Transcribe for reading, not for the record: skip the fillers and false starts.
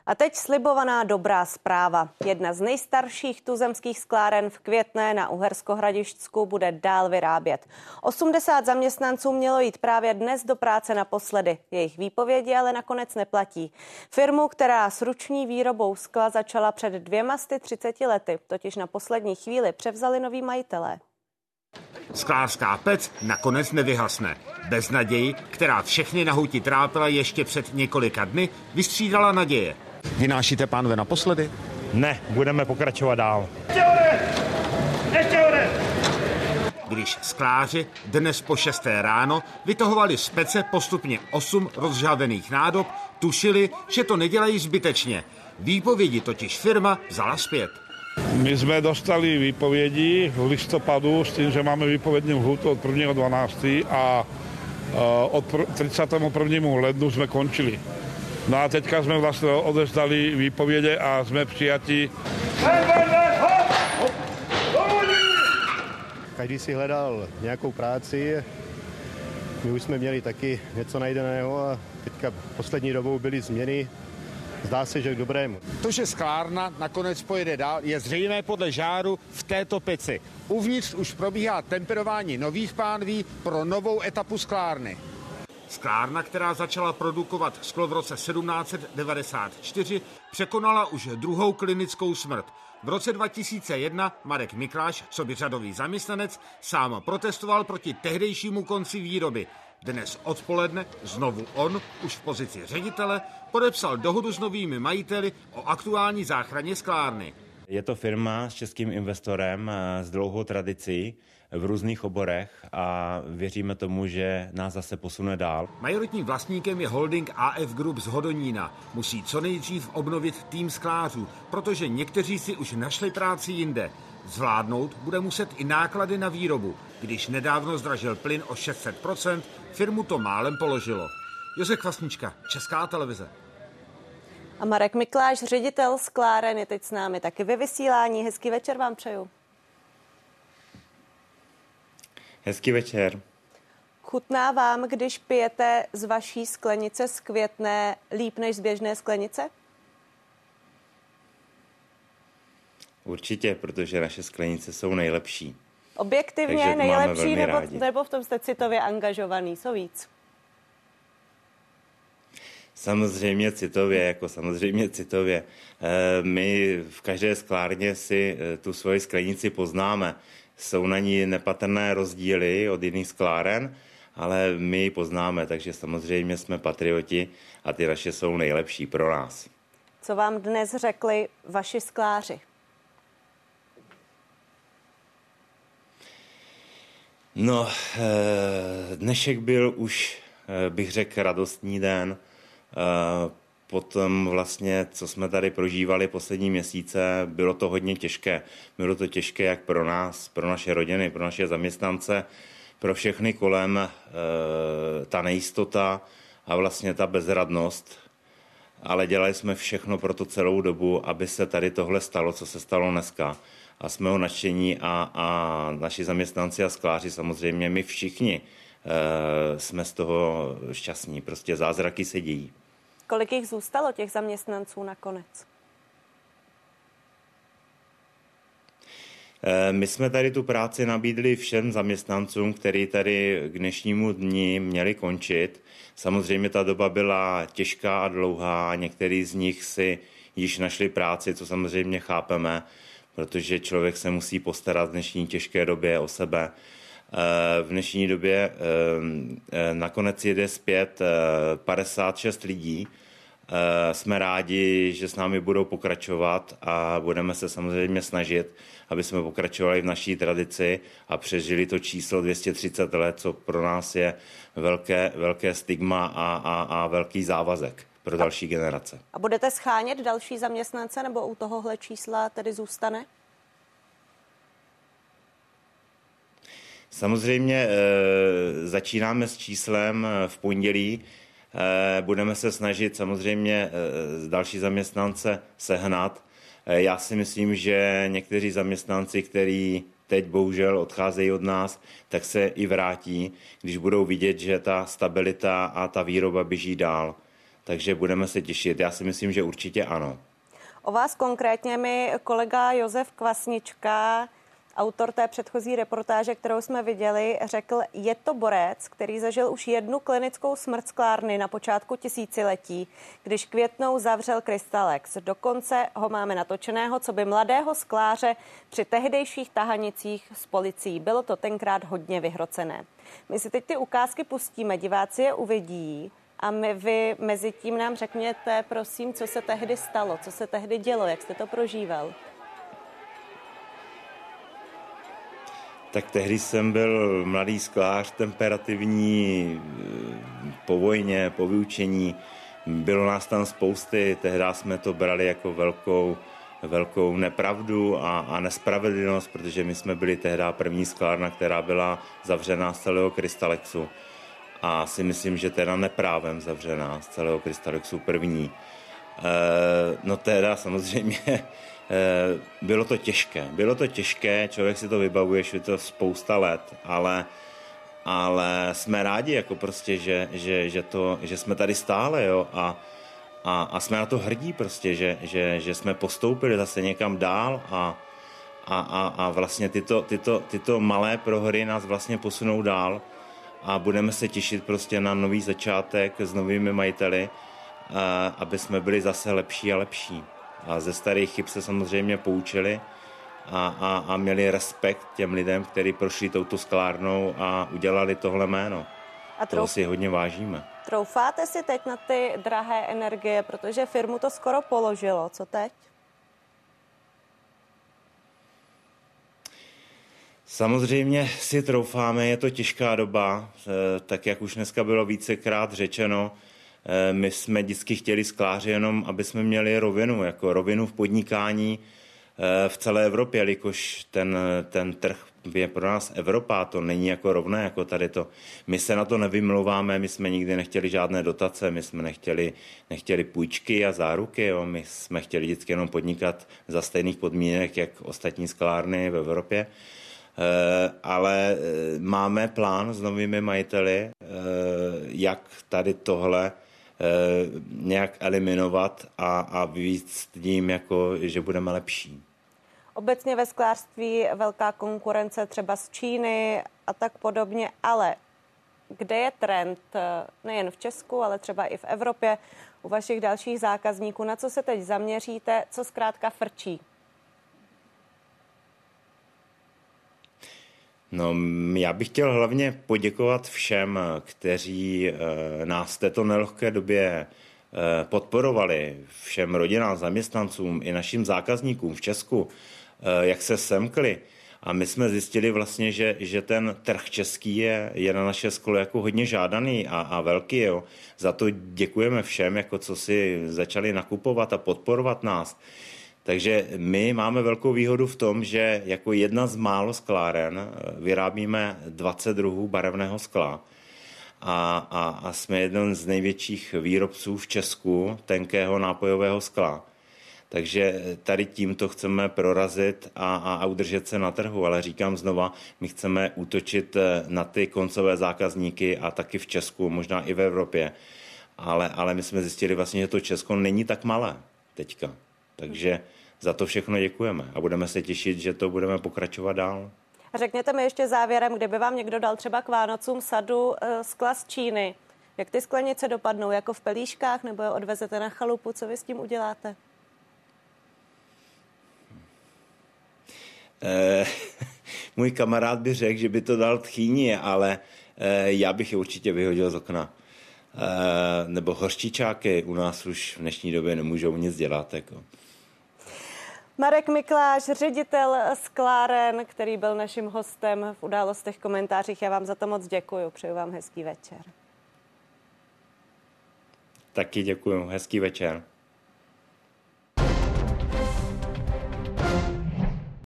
A teď slibovaná dobrá zpráva. Jedna z nejstarších tuzemských skláren v Květné na Uherskohradišťsku bude dál vyrábět. 80 zaměstnanců mělo jít právě dnes do práce naposledy. Jejich výpovědi ale nakonec neplatí. Firmu, která s ruční výrobou skla začala před 230 lety, totiž na poslední chvíli převzali noví majitelé. Sklářská pec nakonec nevyhasne. Beznaději, která všechny na huti trápila ještě před několika dny, vystřídala naděje. Vynášíte, pánové, naposledy? Ne, budeme pokračovat dál. Když skláři dnes po 6. ráno vytahovali z pece postupně 8 rozžhavených nádob, tušili, že to nedělají zbytečně. Výpovědi totiž firma vzala zpět. My jsme dostali výpovědi v listopadu s tím, že máme výpovědní lhůtu od 1.12. a od 31. lednu jsme končili. No a teďka jsme vlastně odezdali výpovědi a jsme přijati. Každý si hledal nějakou práci, my už jsme měli taky něco najdeného a teďka poslední dobou byly změny. Zdá se, že k dobrému. To, že sklárna nakonec pojede dál, je zřejmé podle žáru v této peci. Uvnitř už probíhá temperování nových pánví pro novou etapu sklárny. Sklárna, která začala produkovat sklo v roce 1794, překonala už druhou klinickou smrt. V roce 2001 Marek Mikláš, coby řadový zaměstnanec, sám protestoval proti tehdejšímu konci výroby. Dnes odpoledne znovu on, už v pozici ředitele, podepsal dohodu s novými majiteli o aktuální záchraně sklárny. Je to firma s českým investorem s dlouhou tradicí v různých oborech a věříme tomu, že nás zase posune dál. Majoritním vlastníkem je holding AF Group z Hodonína. Musí co nejdřív obnovit tým sklářů, protože někteří si už našli práci jinde. Zvládnout bude muset i náklady na výrobu. Když nedávno zdražil plyn o 600%, firmu to málem položilo. Josef Kvasnička, Česká televize. A Marek Mikláš, ředitel skláren, je teď s námi taky ve vysílání. Hezký večer vám přeju. Hezký večer. Chutná vám, když pijete z vaší sklenice z Květné líp než z běžné sklenice? Určitě, protože naše sklenice jsou nejlepší. Objektivně nejlepší, nebo v tom jste citově angažovaný, co víc? Samozřejmě citově. My v každé sklárně si tu svoji sklenici poznáme. Jsou na ní nepatrné rozdíly od jiných skláren, ale my ji poznáme, takže samozřejmě jsme patrioti a ty naše jsou nejlepší pro nás. Co vám dnes řekli vaši skláři? No, dnešek byl už, bych řekl, radostný den. Potom vlastně, co jsme tady prožívali poslední měsíce, bylo to hodně těžké. Bylo to těžké jak pro nás, pro naše rodiny, pro naše zaměstnance, pro všechny kolem, ta nejistota a vlastně ta bezradnost. Ale dělali jsme všechno pro to celou dobu, aby se tady tohle stalo, co se stalo dneska. A jsme ho nadšení a naši zaměstnanci a skláři, samozřejmě my všichni jsme z toho šťastní. Prostě zázraky se dějí. Kolik jich zůstalo, těch zaměstnanců nakonec? My jsme tady tu práci nabídli všem zaměstnancům, kteří tady k dnešnímu dni měli končit. Samozřejmě ta doba byla těžká a dlouhá, některý z nich si již našli práci, co samozřejmě chápeme, protože člověk se musí postarat v dnešní těžké době o sebe. V dnešní době nakonec jede zpět 56 lidí. Jsme rádi, že s námi budou pokračovat a budeme se samozřejmě snažit, aby jsme pokračovali v naší tradici a přežili to číslo 230 let, co pro nás je velké stigma a velký závazek pro další generace. A budete schánět další zaměstnance nebo u tohohle čísla tedy zůstane? Samozřejmě začínáme s číslem v pondělí. Budeme se snažit samozřejmě další zaměstnance sehnat. Já si myslím, že někteří zaměstnanci, kteří teď bohužel odcházejí od nás, tak se i vrátí, když budou vidět, že ta stabilita a ta výroba běží dál. takže budeme se těšit. Já si myslím, že určitě ano. O vás konkrétně mi kolega Josef Kvasnička, autor té předchozí reportáže, kterou jsme viděli, řekl, je to borec, který zažil už jednu klinickou smrt sklárny na počátku tisíciletí, když Květnou zavřel Crystalex. Dokonce ho máme natočeného, co by mladého skláře při tehdejších tahanicích s policií. Bylo to tenkrát hodně vyhrocené. My si teď ty ukázky pustíme, diváci je uvidí a vy mezi tím nám řekněte, prosím, co se tehdy stalo, co se tehdy dělo, jak jste to prožíval. Tak tehdy jsem byl mladý sklář, temperativní, po vojně, po vyučení. Bylo nás tam spousty, tehdy jsme to brali jako velkou nepravdu a nespravedlnost, protože my jsme byli tehdy první sklárna, která byla zavřená z celého Crystalexu. A si myslím, že teda neprávem zavřená z celého Crystalexu první. No teda samozřejmě bylo to těžké, člověk si to vybavuje, že je to spousta let, ale jsme rádi, jako prostě, že jsme tady stále, jo, a jsme na to hrdí prostě, že jsme postoupili zase někam dál a vlastně tyto malé prohry nás vlastně posunou dál a budeme se těšit prostě na nový začátek s novými majiteli, aby jsme byli zase lepší a lepší. A ze starých chyb se samozřejmě poučili a měli respekt těm lidem, kteří prošli touto sklárnou a udělali tohle jméno. A toho si hodně vážíme. Troufáte si teď na ty drahé energie, protože firmu to skoro položilo. Co teď? Samozřejmě si troufáme, je to těžká doba, tak jak už dneska bylo vícekrát řečeno, my jsme vždycky chtěli skláři jenom, aby jsme měli rovinu, jako rovinu v podnikání v celé Evropě, jelikož ten trh je pro nás Evropa, to není jako rovné, jako tady to. My se na to nevymlouváme, my jsme nikdy nechtěli žádné dotace, my jsme nechtěli půjčky a záruky, jo. My jsme chtěli vždycky jenom podnikat za stejných podmínek, jak ostatní sklárny v Evropě. Ale máme plán s novými majiteli, jak tady tohle nějak eliminovat a víc tím, jako, že budeme lepší. Obecně ve sklářství velká konkurence třeba z Číny a tak podobně, ale kde je trend nejen v Česku, ale třeba i v Evropě u vašich dalších zákazníků? Na co se teď zaměříte, co zkrátka frčí? No, já bych chtěl hlavně poděkovat všem, kteří nás v této nelehké době podporovali, všem rodinám, zaměstnancům i našim zákazníkům v Česku, jak se semkli. A my jsme zjistili vlastně, že ten trh český je na naše sklo jako hodně žádaný a velký. Jo. Za to děkujeme všem, jako co si začali nakupovat a podporovat nás. Takže my máme velkou výhodu v tom, že jako jedna z málo skláren vyrábíme 20 druhů barevného skla a jsme jeden z největších výrobců v Česku tenkého nápojového skla. Takže tady tímto chceme prorazit a udržet se na trhu, ale říkám znova, my chceme útočit na ty koncové zákazníky a taky v Česku, možná i v Evropě. Ale my jsme zjistili vlastně, že to Česko není tak malé teďka. Takže za to všechno děkujeme a budeme se těšit, že to budeme pokračovat dál. Řekněte mi ještě závěrem, kdyby vám někdo dal třeba k Vánocům sadu skla z Číny, jak ty sklenice dopadnou, jako v pelíškách, nebo je odvezete na chalupu, co vy s tím uděláte? Můj kamarád by řekl, že by to dal tchýni, ale já bych je určitě vyhodil z okna. Nebo hořčičáky u nás už v dnešní době nemůžou nic dělat. Jako. Marek Mikláš, ředitel skláren, který byl naším hostem v Událostech komentářích. Já vám za to moc děkuju. Přeju vám hezký večer. Taky děkuju. Hezký večer.